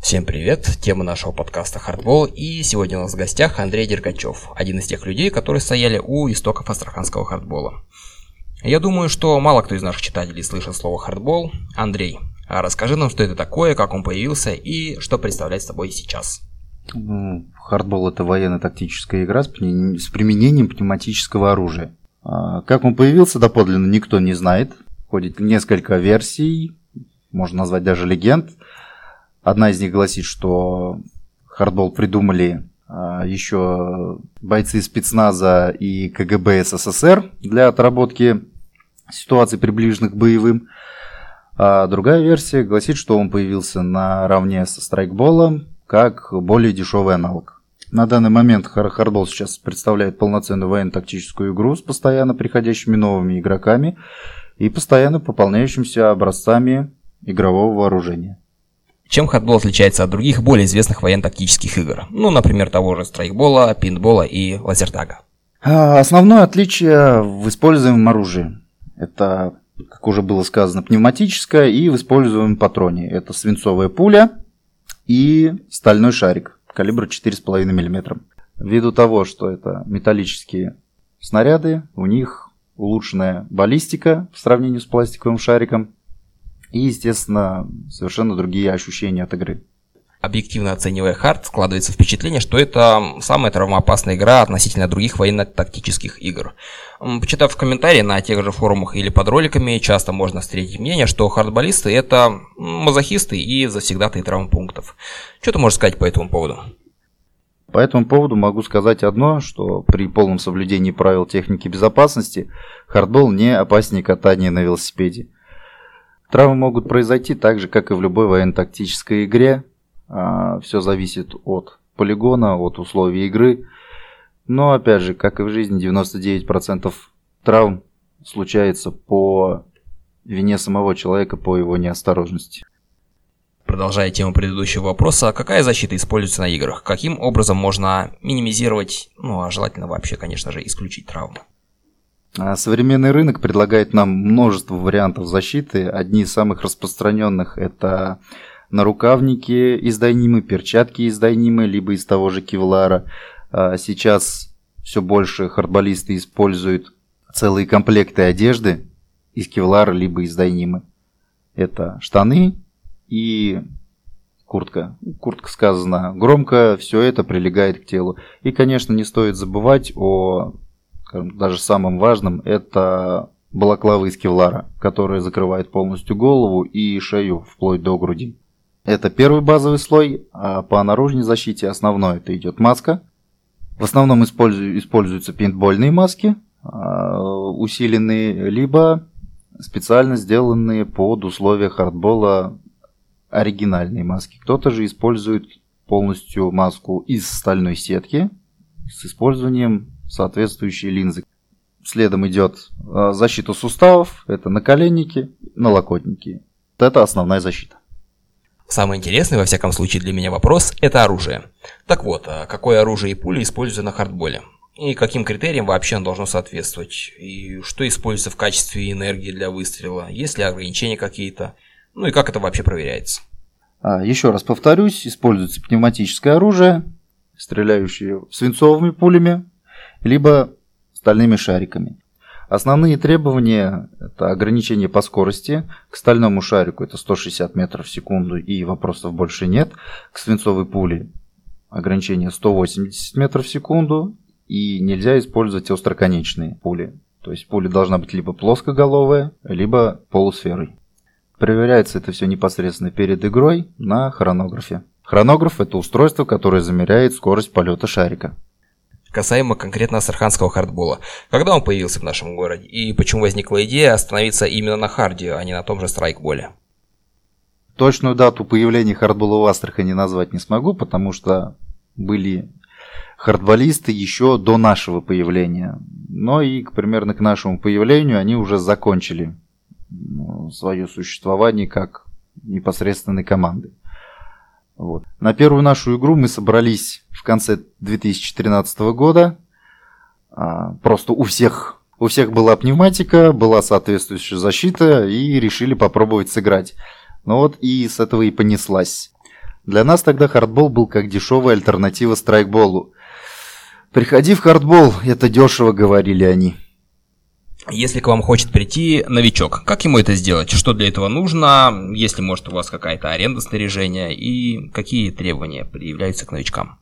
Всем привет! Тема нашего подкаста «Хардбол», и сегодня у нас в гостях Андрей Дергачев, один из тех людей, которые стояли у истоков астраханского хардбола. Я думаю, что мало кто из наших читателей слышал слово «хардбол». Андрей, расскажи нам, что это такое, как он появился и что представляет собой сейчас. Хардбол – это военно-тактическая игра с применением пневматического оружия. Как он появился, доподлинно никто не знает. Ходит несколько версий, можно назвать даже легенд. Одна из них гласит, что хардбол придумали еще бойцы спецназа и КГБ СССР для отработки ситуаций, приближенных к боевым. А другая версия гласит, что он появился наравне со страйкболом как более дешевый аналог. На данный момент хардбол сейчас представляет полноценную военно-тактическую игру с постоянно приходящими новыми игроками и постоянно пополняющимися образцами игрового вооружения. Чем хардбол отличается от других более известных военно-тактических игр? Например, того же страйкбола, пейнтбола и лазертага. Основное отличие в используемом оружии. Это, как уже было сказано, пневматическое и в используемом патроне. Это свинцовая пуля и стальной шарик калибра 4,5 мм. Ввиду того, что это металлические снаряды, у них улучшенная баллистика в сравнении с пластиковым шариком. И, естественно, совершенно другие ощущения от игры. Объективно оценивая хард, складывается впечатление, что это самая травмоопасная игра относительно других военно-тактических игр. Почитав комментарии на тех же форумах или под роликами, часто можно встретить мнение, что хардболисты — это мазохисты и завсегдатые травмпунктов. Что ты можешь сказать по этому поводу? По этому поводу могу сказать одно, что при полном соблюдении правил техники безопасности хардбол не опаснее катания на велосипеде. Травмы могут произойти так же, как и в любой военно-тактической игре. Все зависит от полигона, от условий игры. Но, опять же, как и в жизни, 99% травм случается по вине самого человека, по его неосторожности. Продолжая тему предыдущего вопроса, какая защита используется на играх? Каким образом можно минимизировать, а желательно вообще, конечно же, исключить травмы? Современный рынок предлагает нам множество вариантов защиты. Одни из самых распространенных — это нарукавники из дайнимы, перчатки из дайнимы, либо из того же кевлара. Сейчас все больше хардболисты используют целые комплекты одежды из кевлара, либо из дайнимы. Это штаны и куртка. Куртка сказана громко, все это прилегает к телу. И, конечно, не стоит забывать о даже самым важным — это балаклава из кевлара, которая закрывает полностью голову и шею вплоть до груди. Это первый базовый слой, а по наружной защите основной это идет маска. В основном используются пейнтбольные маски, усиленные, либо специально сделанные под условия хардбола оригинальные маски. Кто-то же использует полностью маску из стальной сетки с использованием соответствующие линзы. Следом идет защита суставов, это наколенники, налокотники. Это основная защита. Самый интересный, во всяком случае для меня, вопрос – это оружие. Так вот, какое оружие и пули используются на хардболе? И каким критериям вообще оно должно соответствовать? И что используется в качестве энергии для выстрела? Есть ли ограничения какие-то? И как это вообще проверяется? Еще раз повторюсь, используется пневматическое оружие, стреляющее свинцовыми пулями, либо стальными шариками. Основные требования – это ограничение по скорости. К стальному шарику это 160 метров в секунду, и вопросов больше нет. К свинцовой пуле ограничение 180 метров в секунду, и нельзя использовать остроконечные пули. То есть пуля должна быть либо плоскоголовая, либо полусферой. Проверяется это все непосредственно перед игрой на хронографе. Хронограф – это устройство, которое замеряет скорость полета шарика. Касаемо конкретно астраханского хардбола. Когда он появился в нашем городе? И почему возникла идея остановиться именно на харде, а не на том же страйкболе? Точную дату появления хардбола в Астрахани назвать не смогу, потому что были хардболисты еще до нашего появления. Но и примерно к нашему появлению они уже закончили свое существование как непосредственной команды. Вот. На первую нашу игру мы собрались в конце 2013 года. Просто у всех была пневматика, была соответствующая защита, и решили попробовать сыграть. Ну вот и с этого и понеслась. Для нас тогда хардбол был как дешевая альтернатива страйкболу. «Приходи в хардбол, это дешево», — говорили они. Если к вам хочет прийти новичок, как ему это сделать? Что для этого нужно? Если, может, у вас какая-то аренда снаряжения? И какие требования предъявляются к новичкам?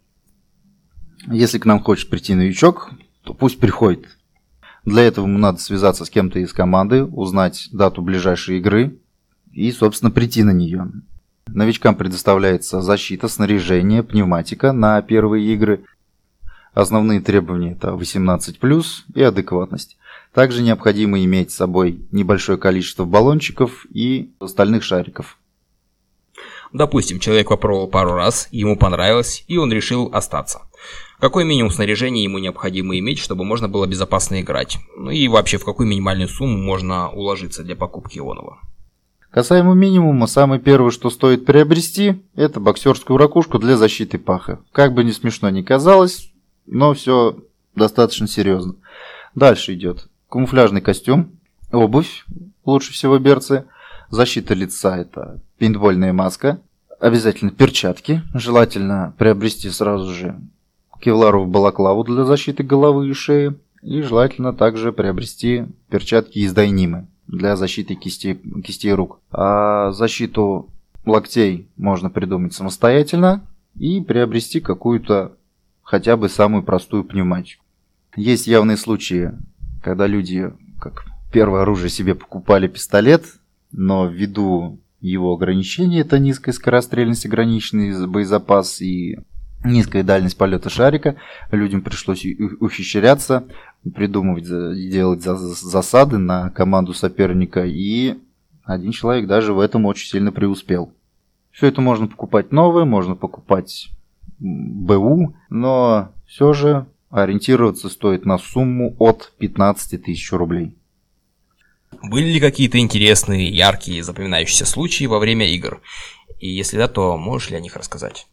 Если к нам хочет прийти новичок, то пусть приходит. Для этого ему надо связаться с кем-то из команды, узнать дату ближайшей игры и, собственно, прийти на нее. Новичкам предоставляется защита, снаряжение, пневматика на первые игры. Основные требования – это 18+, и адекватность. Также необходимо иметь с собой небольшое количество баллончиков и остальных шариков. Допустим, человек попробовал пару раз, ему понравилось, и он решил остаться. Какой минимум снаряжения ему необходимо иметь, чтобы можно было безопасно играть? Ну и вообще, в какую минимальную сумму можно уложиться для покупки ионова? Касаемо минимума, самое первое, что стоит приобрести, это боксерскую ракушку для защиты паха. Как бы ни смешно ни казалось, но все достаточно серьезно. Дальше идет камуфляжный костюм, обувь, лучше всего берцы, защита лица, это пейнтбольная маска, обязательно перчатки, желательно приобрести сразу же кевларовую балаклаву для защиты головы и шеи, и желательно также приобрести перчатки из дайнимы для защиты кистей рук. А защиту локтей можно придумать самостоятельно и приобрести какую-то хотя бы самую простую пневматику. Есть явные случаи, когда люди как первое оружие себе покупали пистолет, но ввиду его ограничений, это низкая скорострельность, ограниченный боезапас и низкая дальность полета шарика, людям пришлось ухищряться, придумывать, делать засады на команду соперника, и один человек даже в этом очень сильно преуспел. Все это можно покупать новое, можно покупать БУ, но все же ориентироваться стоит на сумму от 15 тысяч рублей. Были ли какие-то интересные, яркие, запоминающиеся случаи во время игр? И если да, то можешь ли о них рассказать?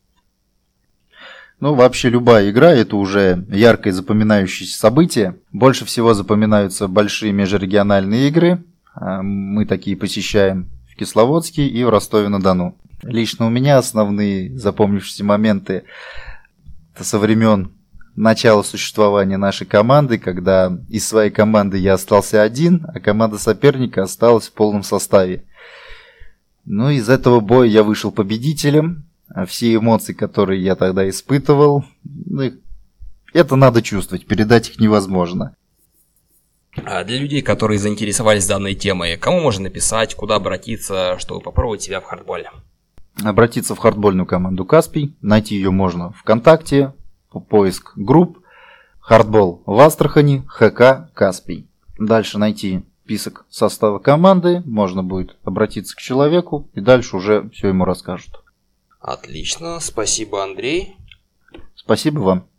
Ну, вообще любая игра – это уже яркое запоминающееся событие. Больше всего запоминаются большие межрегиональные игры. Мы такие посещаем в Кисловодске и в Ростове-на-Дону. Лично у меня основные запомнившиеся моменты – это со времен начала существования нашей команды, когда из своей команды я остался один, а команда соперника осталась в полном составе. Ну, из этого боя я вышел победителем. А все эмоции, которые я тогда испытывал, это надо чувствовать, передать их невозможно. А для людей, которые заинтересовались данной темой, кому можно написать, куда обратиться, чтобы попробовать себя в хардболе? Обратиться в хардбольную команду «Каспий». Найти ее можно ВКонтакте, поиск групп «Хардбол в Астрахани», ХК «Каспий». Дальше найти список состава команды, можно будет обратиться к человеку, и дальше уже все ему расскажут. Отлично, спасибо, Андрей. Спасибо вам.